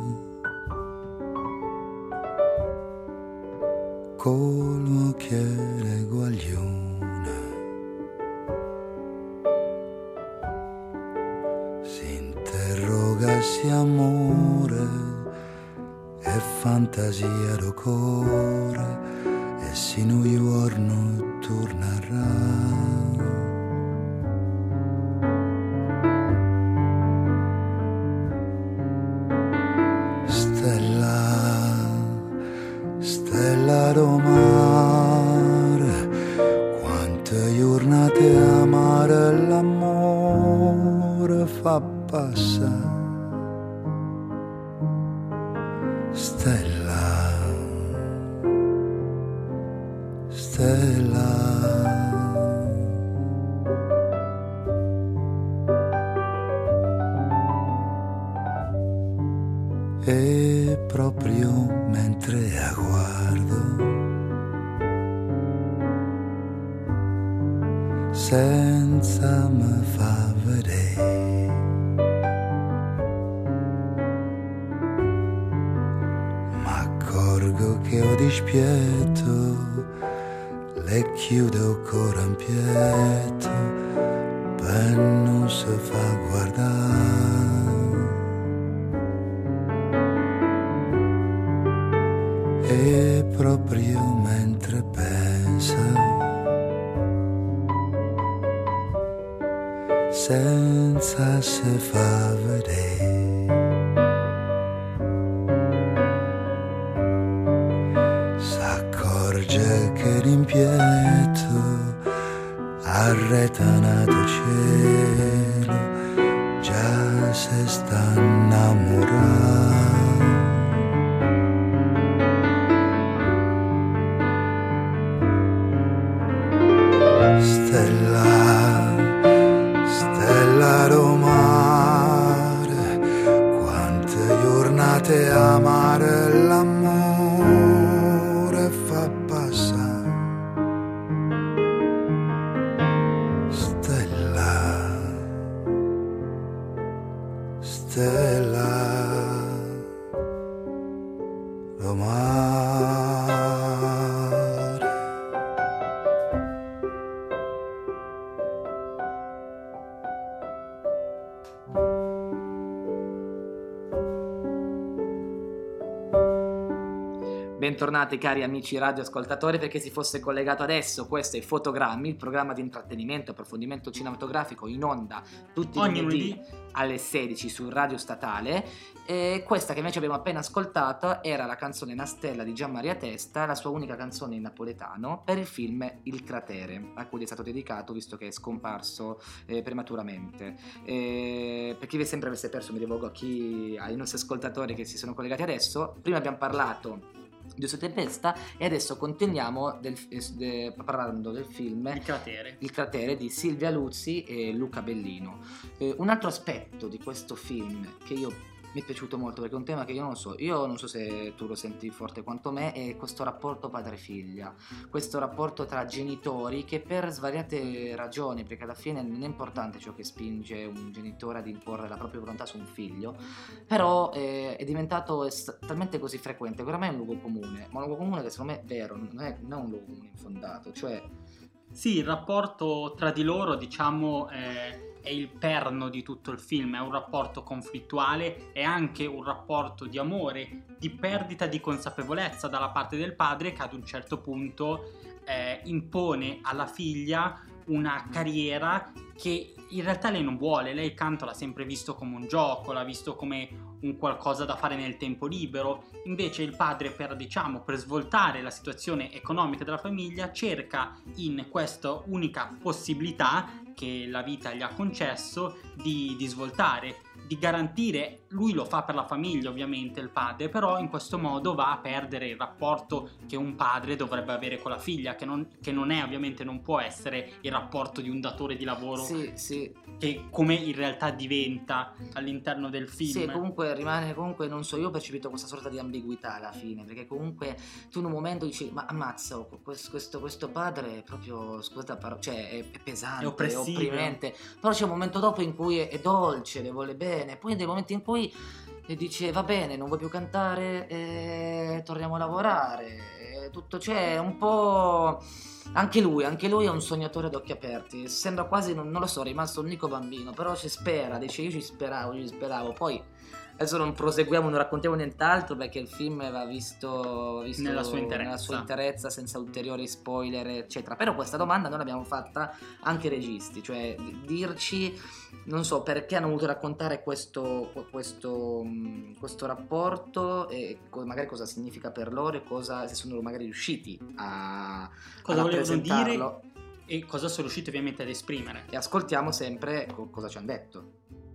col occhiere guaglione si interroga se amore e fantasia do cuore e se un giorno tornerà. Stella do mare, quante giornate amare l'amore fa passare. Stella, stella. E proprio mentre la guardo senza me fa vedere m'accorgo che ho dispietto le chiudo ancora in pietto per non si fa guardare. E proprio mentre pensa senza se fa vedere s'accorge che rimpietto arretanato cielo già se sta innamorando. stella, lo mare. Bentornati cari amici radioascoltatori, per chi si fosse collegato adesso, questo è Fotogrammi, il programma di intrattenimento e approfondimento cinematografico in onda tutti i Ogni lunedì lunedì. alle sedici su Radio Statale. E questa che invece abbiamo appena ascoltato era la canzone Una stella di Gianmaria Testa, la sua unica canzone in napoletano per il film Il cratere, a cui è stato dedicato visto che è scomparso eh, prematuramente. E per chi sempre avesse perso, mi rivolgo a chi, ai nostri ascoltatori che si sono collegati adesso. Prima abbiamo parlato di Sua Tempesta e adesso continuiamo del, de, parlando del film Il cratere. Il cratere di Silvia Luzzi e Luca Bellino. Eh, un altro aspetto di questo film che io mi è piaciuto molto, perché è un tema che io non so, io non so se tu lo senti forte quanto me, è questo rapporto padre-figlia, questo rapporto tra genitori che per svariate ragioni, perché alla fine non è importante ciò che spinge un genitore ad imporre la propria volontà su un figlio, però eh, è diventato est- talmente così frequente che oramai è un luogo comune, ma un luogo comune che secondo me è vero, non è, non è un luogo comune infondato, cioè... Sì, il rapporto tra di loro, diciamo, eh, è il perno di tutto il film, è un rapporto conflittuale, è anche un rapporto di amore, di perdita di consapevolezza dalla parte del padre che ad un certo punto eh, impone alla figlia una carriera che in realtà lei non vuole. Lei il canto l'ha sempre visto come un gioco, l'ha visto come un qualcosa da fare nel tempo libero, invece il padre per, diciamo, per svoltare la situazione economica della famiglia cerca in questa unica possibilità che la vita gli ha concesso di, di svoltare, di garantire. Lui lo fa per la famiglia ovviamente, il padre, però in questo modo va a perdere il rapporto che un padre dovrebbe avere con la figlia, che non, che non è ovviamente, non può essere il rapporto di un datore di lavoro, Sì, sì. che come in realtà diventa all'interno del film. Sì, comunque rimane, comunque non so, io ho percepito questa sorta di ambiguità alla fine, perché comunque tu in un momento dici, ma ammazza, oh, questo, questo, questo padre è proprio, scusate la parola, cioè è, è pesante, È oppressivo. è opprimente, però c'è un momento dopo in cui è, è dolce, le vuole bene, poi dei momenti in cui e dice va bene, non vuoi più cantare, eh, torniamo a lavorare, eh, tutto, cioè un po'... Anche lui, anche lui è un sognatore ad occhi aperti, sembra quasi, non, non lo so, è rimasto un unico bambino, però ci spera, dice io ci speravo, io ci speravo, poi adesso non proseguiamo, non raccontiamo nient'altro perché il film va visto, visto Nella sua interezza. nella sua interezza, senza ulteriori spoiler eccetera, però questa domanda noi l'abbiamo fatta anche ai registi, cioè di- dirci, non so, perché hanno voluto raccontare questo, questo, mh, questo rapporto e co- magari cosa significa per loro e cosa, se sono magari riusciti a, Cosa a volevano rappresentarlo. dire e cosa sono riusciti ovviamente ad esprimere. E ascoltiamo sempre co- cosa ci hanno detto.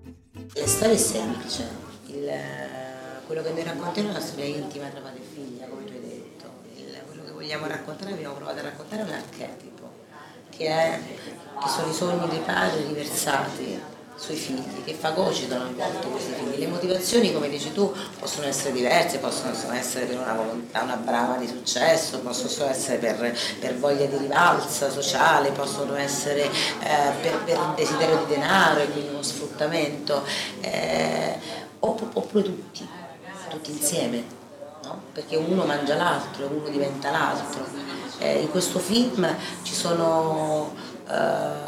La storia è semplice, il, quello che noi raccontiamo è una storia intima tra padre e figlia, come tu hai detto. Il, quello che vogliamo raccontare, abbiamo provato a raccontare un archetipo, che, è, che sono i sogni dei padri riversati sui figli, che fagocitano a volte questi figli. Le motivazioni, come dici tu, possono essere diverse, possono essere per una volontà, una brama di successo, possono essere per, per voglia di rivalsa sociale, possono essere eh, per, per un desiderio di denaro e quindi uno sfruttamento, eh, oppure tutti, tutti insieme, no? Perché uno mangia l'altro, uno diventa l'altro. Eh, in questo film ci sono... Eh,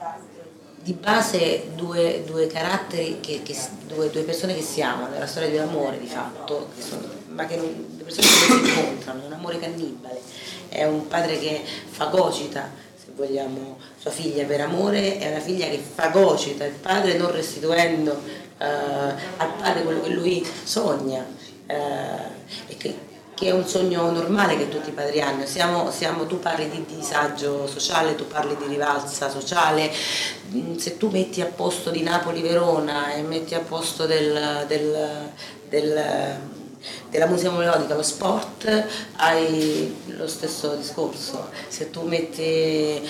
di base due, due caratteri, che, che, due, due persone che si amano, è la storia di un amore di fatto, che sono, ma che non, due persone che non si incontrano, è un amore cannibale, è un padre che fagocita, se vogliamo, sua figlia per amore, è una figlia che fagocita il padre non restituendo eh, al padre quello che lui sogna, eh, e che, che è un sogno normale che tutti i padri hanno. Siamo, siamo, tu parli di disagio sociale, tu parli di rivalsa sociale, se tu metti a posto di Napoli-Verona e metti a posto del, del, del, della musica melodica lo sport, hai lo stesso discorso. Se tu metti eh,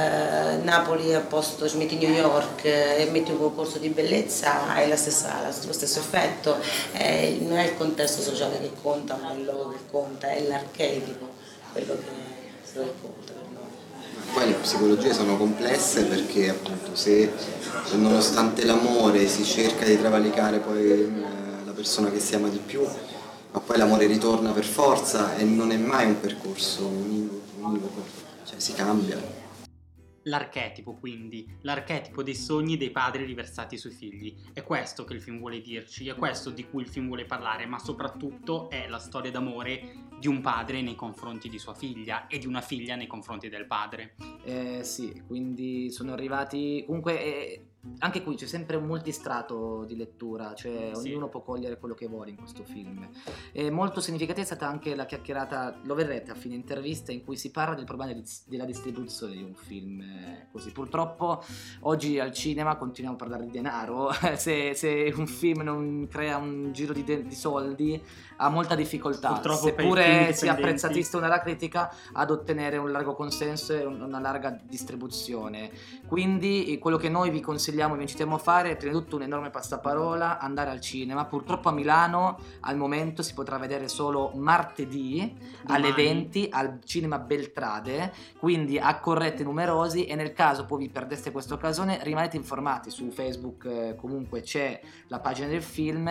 Napoli a posto, ci metti New York e metti un concorso di bellezza, hai la stessa, lo stesso effetto. Eh, non è il contesto sociale che conta, ma è il logo che conta, è l'archetipo quello che, quello che conta per noi. Poi le psicologie sono complesse perché appunto se nonostante l'amore si cerca di travalicare poi eh, la persona che si ama di più, ma poi l'amore ritorna per forza e non è mai un percorso univoco, cioè si cambia. L'archetipo, quindi, l'archetipo dei sogni dei padri riversati sui figli. È questo che il film vuole dirci, è questo di cui il film vuole parlare, ma soprattutto è la storia d'amore di un padre nei confronti di sua figlia e di una figlia nei confronti del padre. Eh, sì, quindi sono arrivati... Comunque... Eh... Anche qui c'è sempre un multistrato di lettura, cioè sì. ognuno può cogliere quello che vuole in questo film. E molto significativa è stata anche la chiacchierata, lo vedrete a fine intervista, in cui si parla del problema di, della distribuzione di un film eh, così. Purtroppo oggi al cinema continuiamo a parlare di denaro, se, se un film non crea un giro di, de- di soldi ha molta difficoltà, Purtroppo seppure sia apprezzatissimo dalla critica, ad ottenere un largo consenso e una larga distribuzione. Quindi quello che noi vi consigliamo e vi incitiamo a fare è prima di tutto un enorme passaparola, andare al cinema. Purtroppo a Milano al momento si potrà vedere solo martedì Domani. alle venti al cinema Beltrade, quindi accorrete numerosi e nel caso poi vi perdeste questa occasione rimanete informati su Facebook, eh, comunque c'è la pagina del film,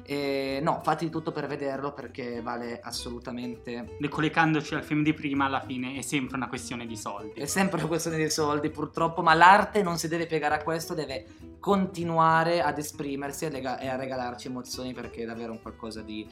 e no, fate di tutto per vederlo perché vale assolutamente. Ricollegandoci al film di prima, alla fine è sempre una questione di soldi. È sempre una questione di soldi purtroppo, ma l'arte non si deve piegare a questo, deve continuare ad esprimersi e, lega- e a regalarci emozioni, perché è davvero un qualcosa di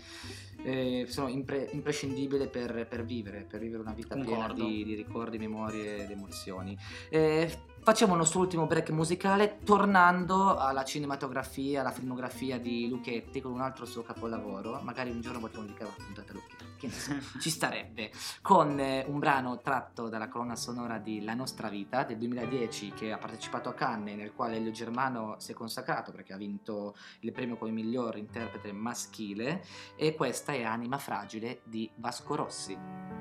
eh, sono impre- imprescindibile per, per vivere, per vivere una vita piena di, di ricordi, memorie ed emozioni. Eh, facciamo il nostro ultimo break musicale tornando alla cinematografia, alla filmografia di Lucchetti con un altro suo capolavoro. Magari un giorno potremo dedicare una puntata a Lucchetti, che ne so, ci starebbe, con eh, un brano tratto dalla colonna sonora di La nostra vita del duemiladieci, che ha partecipato a Cannes, nel quale Elio Germano si è consacrato perché ha vinto il premio come miglior interprete maschile, e questa è Anima fragile di Vasco Rossi.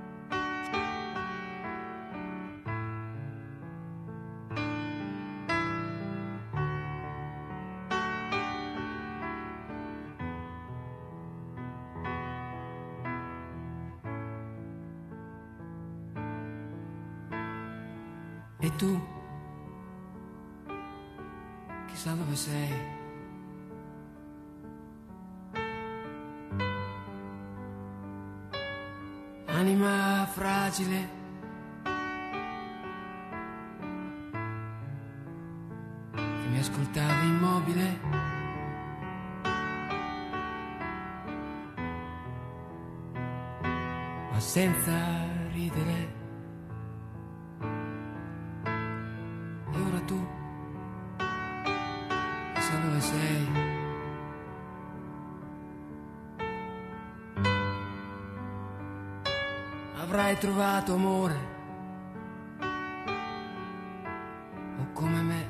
E tu, chissà dove sei? Anima fragile, che mi ascoltavi immobile, ma senza ridere. E ora tu, chissà dove sei? Avrai trovato amore, o come me,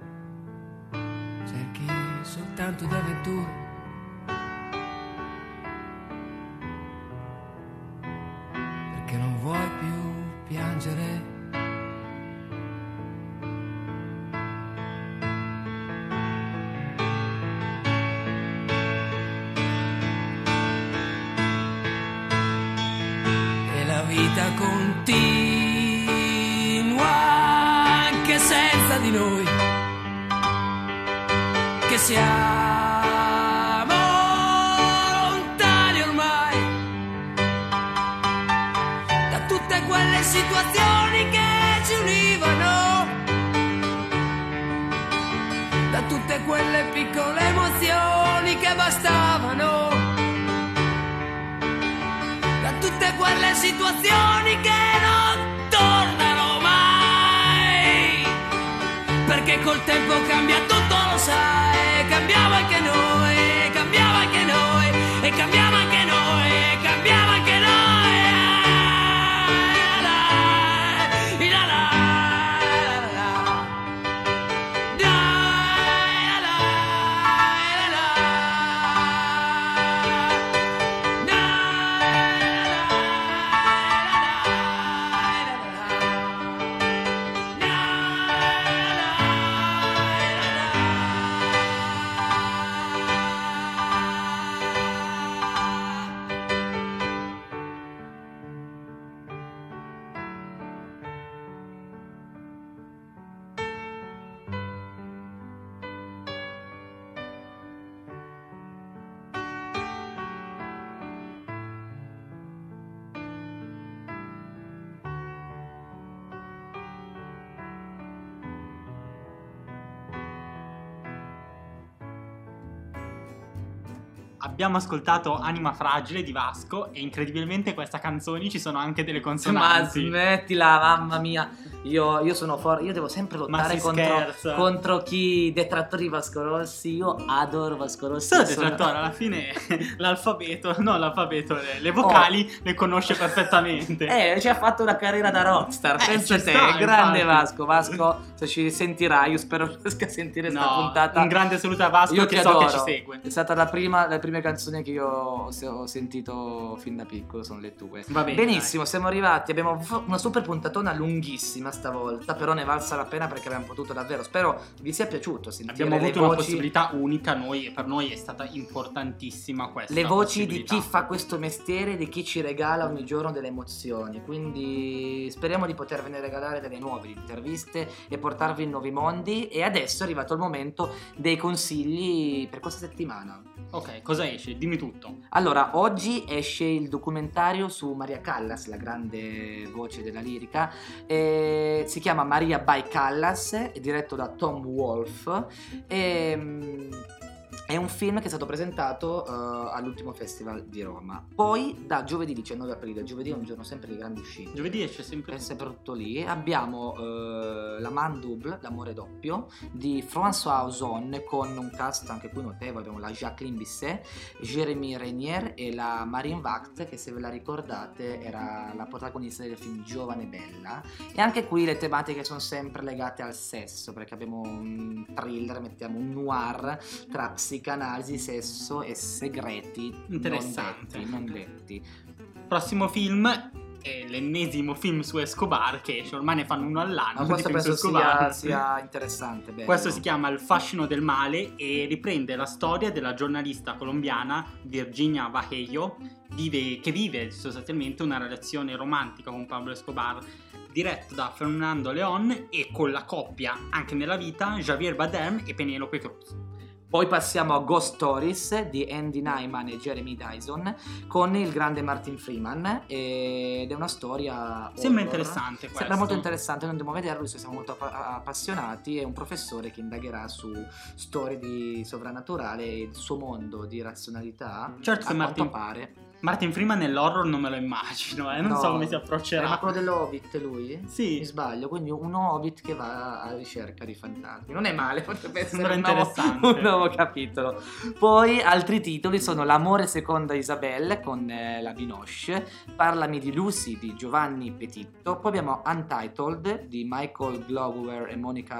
cerchi soltanto di avventure. Perché non vuoi più piangere. Vita continua anche senza di noi, che siamo lontani ormai da tutte quelle situazioni che ci univano, da tutte quelle piccole emozioni che bastavano, tutte quelle situazioni che non tornano mai, perché col tempo cambia tutto, lo sai, cambiamo anche noi, cambiamo anche noi, e cambiamo anche noi, e cambiamo anche noi. Abbiamo ascoltato Anima Fragile di Vasco e incredibilmente questa canzone ci sono anche delle Ma consonanti. smettila, mamma mia. Io, io sono forte, io devo sempre lottare si contro, scherza. contro chi detrattori di Vasco Rossi. Io adoro Vasco Rossi. Solo sono- detrattore, alla fine l'alfabeto, no l'alfabeto, le, le vocali le conosce perfettamente. Eh, ci ha fatto una carriera da rockstar. Eh, Pensa ci te, sta, grande infatti. Vasco. Vasco, se ci sentirai, io spero riesca a sentire sta No, puntata. un grande saluto a Vasco Io che ti so adoro. che ci segue. È stata la prima, le prime canzoni che io ho, ho sentito fin da piccolo, sono le tue. Va bene, Benissimo, siamo arrivati. Abbiamo f- una super puntatona lunghissima stavolta, però ne valsa la pena perché abbiamo potuto davvero. Spero vi sia piaciuto sentire Abbiamo le avuto una voci, possibilità unica noi e per noi è stata importantissima questa le voci di possibilità. chi fa questo mestiere, di chi ci regala ogni giorno delle emozioni. Quindi speriamo di potervene regalare delle nuove di interviste e portarvi in nuovi mondi. E adesso è arrivato il momento dei consigli per questa settimana. Ok, cosa esce? Dimmi tutto. Allora, oggi esce il documentario su Maria Callas, la grande voce della lirica. Eh, si chiama Maria by Callas, è diretto da Tom Wolfe. E, mm, è un film che è stato presentato eh, all'ultimo festival di Roma. Poi, da giovedì diciannove aprile, giovedì è un giorno sempre di grandi uscite. Giovedì esce sempre È sempre tutto lì. Abbiamo eh, La Man Double, l'amore doppio, di François Ozon, con un cast anche qui notevole. Abbiamo la Jacqueline Bisset, Jérémy Renier e la Marine Vact, che se ve la ricordate era la protagonista del film Giovane Bella. E anche qui le tematiche sono sempre legate al sesso, perché abbiamo un thriller, mettiamo un noir tra psicanalisi, sesso e segreti Interessante. non detti, non detti. Prossimo film è l'ennesimo film su Escobar che esce, ormai ne fanno uno all'anno. Ma di questo film su penso Escobar. sia, sia interessante. Bello. Questo si chiama Il fascino del male e riprende la storia della giornalista colombiana Virginia Vajeyo, vive- che vive sostanzialmente una relazione romantica con Pablo Escobar, diretto da Fernando León e con la coppia, anche nella vita, Javier Bardem e Penélope Cruz. Poi passiamo a Ghost Stories di Andy Nyman e Jeremy Dyson con il grande Martin Freeman, ed è una storia Sembra horror. interessante questo. Sembra molto interessante, noi dobbiamo vederlo, visto che siamo molto appa- appassionati. È un professore che indagherà su storie di sovrannaturale e il suo mondo di razionalità. Certo che a quanto Martin- pare. Martin Freeman nell'horror non me lo immagino, eh. non No. so come si approccerà. Era quello dell'Hobbit lui? Sì. Mi sbaglio, quindi un Hobbit che va a ricerca di fantasmi. Non è male, potrebbe essere Sembra un nuovo, interessante. un nuovo capitolo. Poi altri titoli sono L'amore seconda Isabelle con eh, la Binoche, Parlami di Lucy di Giovanni Petitto, poi abbiamo Untitled di Michael Glover e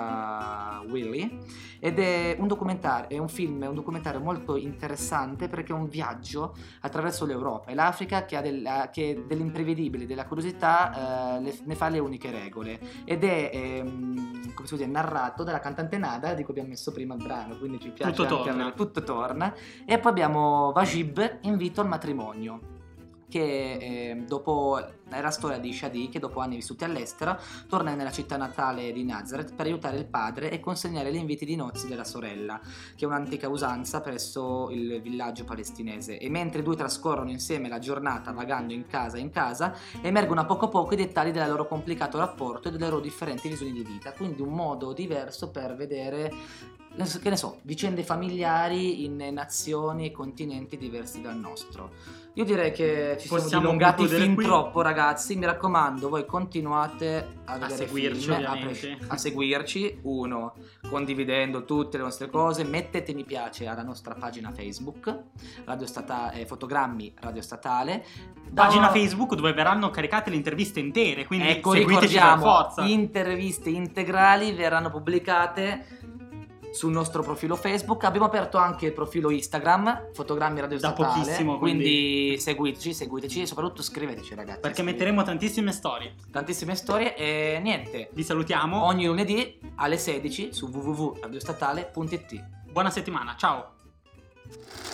Monica Willy, ed è un documentario, è un film, è un documentario molto interessante perché è un viaggio attraverso l'Europa e l'Africa che ha del, che dell'imprevedibile, della curiosità, eh, le- ne fa le uniche regole, ed è ehm, come si può dire, narrato dalla cantante Nada, di cui abbiamo messo prima il brano, quindi ci piace Tutto anche torna. avere tutto torna. E poi abbiamo Vajib, Invito al matrimonio, che eh, dopo è la storia di Shadi, che dopo anni vissuti all'estero torna nella città natale di Nazareth per aiutare il padre e consegnare gli inviti di nozze della sorella, che è un'antica usanza presso il villaggio palestinese. E mentre i due trascorrono insieme la giornata vagando in casa in casa, emergono a poco a poco i dettagli del loro complicato rapporto e delle loro differenti visioni di vita, quindi un modo diverso per vedere, che ne so, vicende familiari in nazioni e continenti diversi dal nostro. Io direi che ci siamo Possiamo dilungati concludere fin qui? troppo, ragazzi. Mi raccomando, voi continuate a, vedere seguirci, film, a, ovviamente. pres- a seguirci, uno, condividendo tutte le nostre cose, mettete mi piace alla nostra pagina Facebook, Radio Statale, eh, Fotogrammi Radio Statale. Da- Pagina Facebook dove verranno caricate le interviste intere, quindi Ecco, seguiteci per ricordiamo, forza. interviste integrali verranno pubblicate sul nostro profilo Facebook. Abbiamo aperto anche il profilo Instagram, Fotogrammi Radio Da Statale, pochissimo, quindi, quindi- seguiteci, seguiteci e soprattutto scriveteci, ragazzi. Perché Scrivete. metteremo tantissime storie. Tantissime storie e niente. Vi salutiamo. Ogni lunedì alle sedici su w w w punto radiostatale punto it. Buona settimana, ciao.